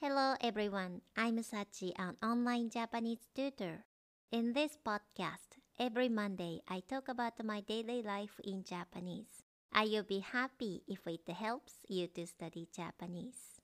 Hello everyone, I'm Sachi, an online Japanese tutor. In this podcast, every Monday I talk about my daily life in Japanese. I will be happy if it helps you to study Japanese.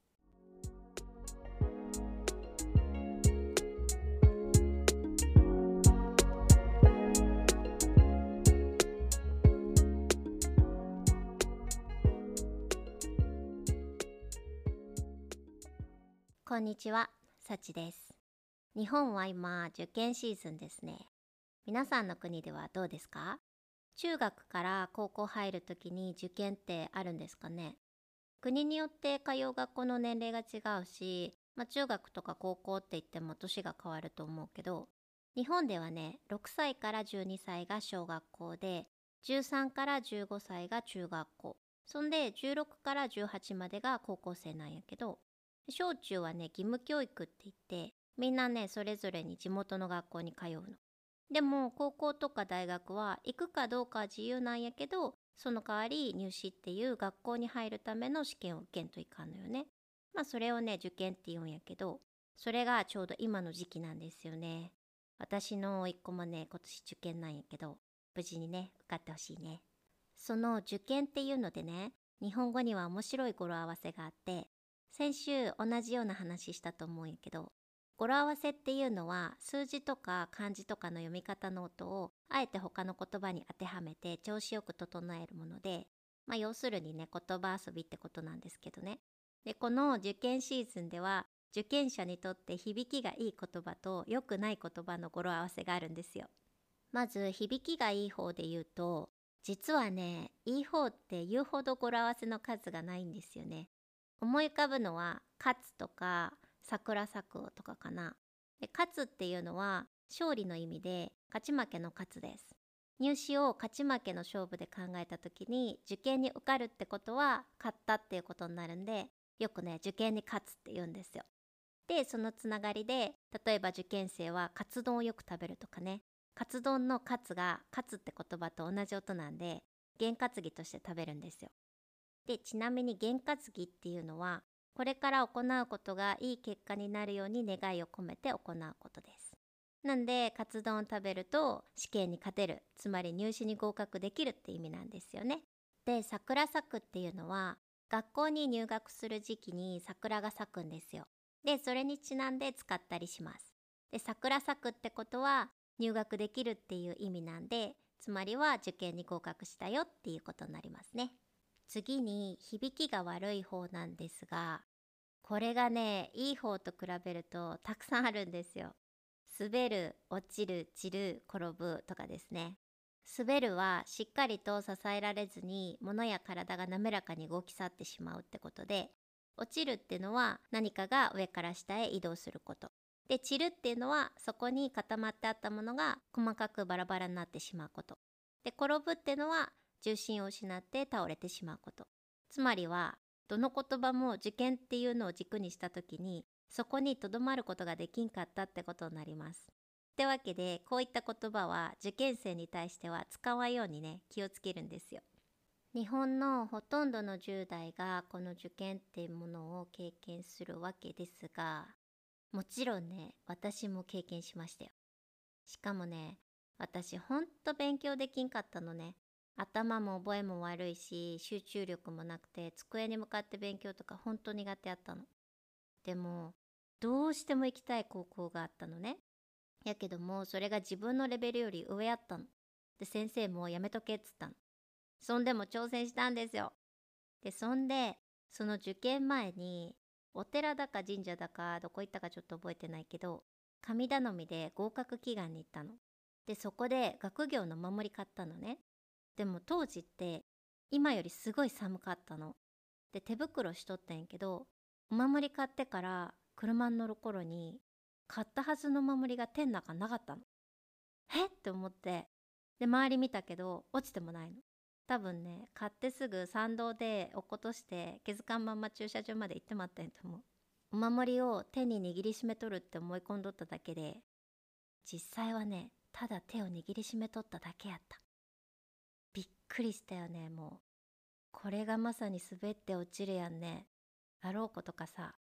こんにちは、さちです。日本は今受験シーズンですね。皆さんの国ではどうですか？中学から高校入るときに受験ってあるんですかね？国によって通う学校の年齢が違うし、中学とか高校って言っても年が変わると思うけど、日本ではね、6歳から12歳が小学校で、13から15歳が中学校、そんで16から18までが高校生なんやけど、小中はね、義務教育って言って、みんなね、それぞれに地元の学校に通うの。でも、高校とか大学は行くかどうかは自由なんやけど、その代わり入試っていう学校に入るための試験を受けんといかんのよね。それをね、受験って言うんやけど、それがちょうど今の時期なんですよね。私の甥っ子もね、今年受験なんやけど、無事にね、受かってほしいね。その受験っていうのでね、日本語には面白い語呂合わせがあって、先週同じような話したと思うんやけど、語呂合わせっていうのは数字とか漢字とかの読み方の音をあえて他の言葉に当てはめて調子よく整えるもので、要するにね、言葉遊びってことなんですけどね。で、この受験シーズンでは受験者にとって響きがいい言葉と良くない言葉の語呂合わせがあるんですよ。まず響きがいい方で言うと、実はね、いい方って言うほど語呂合わせの数がないんですよね。思い浮かぶのは勝つとか桜咲くとかかな。で、勝つっていうのは勝利の意味で勝ち負けの勝つです。入試を勝ち負けの勝負で考えた時に受験に受かるってことは勝ったっていうことになるんで、よくね、受験に勝つって言うんですよ。で、そのつながりで、例えば受験生はカツ丼をよく食べるとかね、カツ丼のカツがカツって言葉と同じ音なんで、験担ぎとして食べるんですよ。で、ちなみに験担ぎっていうのは、これから行うことがいい結果になるように願いを込めて行うことです。なんで、カツ丼を食べると試験に勝てる、つまり入試に合格できるって意味なんですよね。で、桜咲くっていうのは、学校に入学する時期に桜が咲くんですよ。で、それにちなんで使ったりします。で、桜咲くってことは入学できるっていう意味なんで、つまりは受験に合格したよっていうことになりますね。次に響きが悪い方なんですが、これがね、いい方と比べるとたくさんあるんですよ。滑る、落ちる、散る、転ぶとかですね。滑るはしっかりと支えられずに物や体が滑らかに動き去ってしまうってことで、落ちるっていうのは何かが上から下へ移動すること。で、散るっていうのはそこに固まってあったものが細かくバラバラになってしまうこと。で、転ぶっていうのは重心を失って倒れてしまうこと。つまりは、どの言葉も受験っていうのを軸にしたときに、そこに留まることができんかったってことになります。ってわけで、こういった言葉は受験生に対しては使わんようにね、気をつけるんですよ。日本のほとんどの10代がこの受験っていうものを経験するわけですが、もちろんね、私も経験しましたよ。しかもね、私ほんと勉強できんかったのね。頭も覚えも悪いし、集中力もなくて、机に向かって勉強とかほんと苦手やったの。でも、どうしても行きたい高校があったのね。やけども、それが自分のレベルより上やったの。で、先生もやめとけっつったの。そんでも挑戦したんですよ。で、そんで、その受験前に、お寺だか神社だかどこ行ったかちょっと覚えてないけど、神頼みで合格祈願に行ったの。で、そこで学業の守り買ったのね。でも当時って今よりすごい寒かったの。で、手袋しとったんやけど、お守り買ってから車に乗る頃に買ったはずのお守りが手の中なかったの。えって思って、で、周り見たけど落ちてもないの。多分ね、買ってすぐ山道で落っことして気づかんまんま駐車場まで行ってまったんやと思う。お守りを手に握りしめとるって思い込んどっただけで、実際はね、ただ手を握りしめとっただけやった。びっくりしたよね、もう。これがまさに滑って落ちるやんね。あろうことかさ、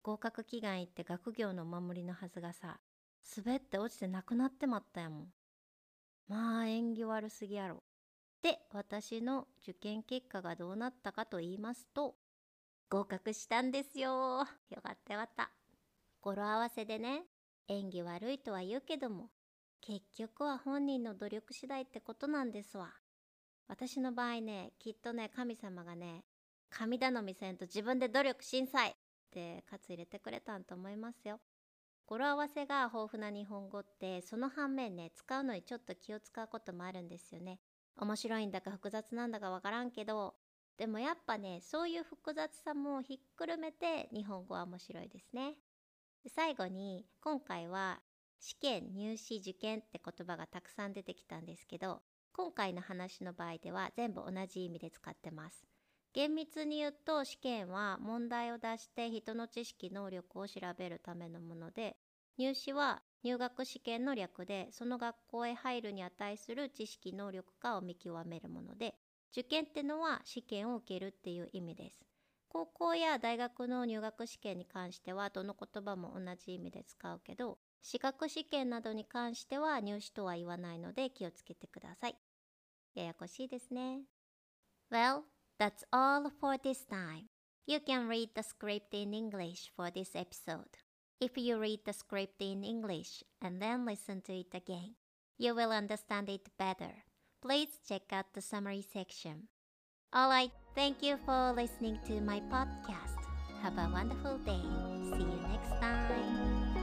合格祈願行って学業のお守りのはずがさ、滑って落ちてなくなってまったやもん。まあ縁起悪すぎやろ。で、私の受験結果がどうなったかと言いますと、合格したんですよ。よかったよかった。語呂合わせでね、縁起悪いとは言うけども、結局は本人の努力次第ってことなんですわ。私の場合ね、きっとね、神様がね、神頼みせんと自分で努力しんさいって喝入れてくれたんと思いますよ。語呂合わせが豊富な日本語って、その反面ね、使うのにちょっと気を使うこともあるんですよね。面白いんだか複雑なんだかわからんけど、でもやっぱね、そういう複雑さもひっくるめて日本語は面白いですね。で、最後に今回は試験、入試、受験って言葉がたくさん出てきたんですけど、今回の話の場合では全部同じ意味で使ってます。厳密に言うと、試験は問題を出して人の知識能力を調べるためのもので、入試は入学試験の略で、その学校へ入るに値する知識能力かを見極めるもので、受験ってのは試験を受けるっていう意味です。高校や大学の入学試験に関してはどの言葉も同じ意味で使うけど、資格試験などに関しては入試とは言わないので気をつけてください。ややこしいですね。Well, that's all for this time. You can read the script in English for this episode. If you read the script in English and then listen to it again, you will understand it better. Please check out the summary section. Alright, thank you for listening to my podcast. Have a wonderful day. See you next time.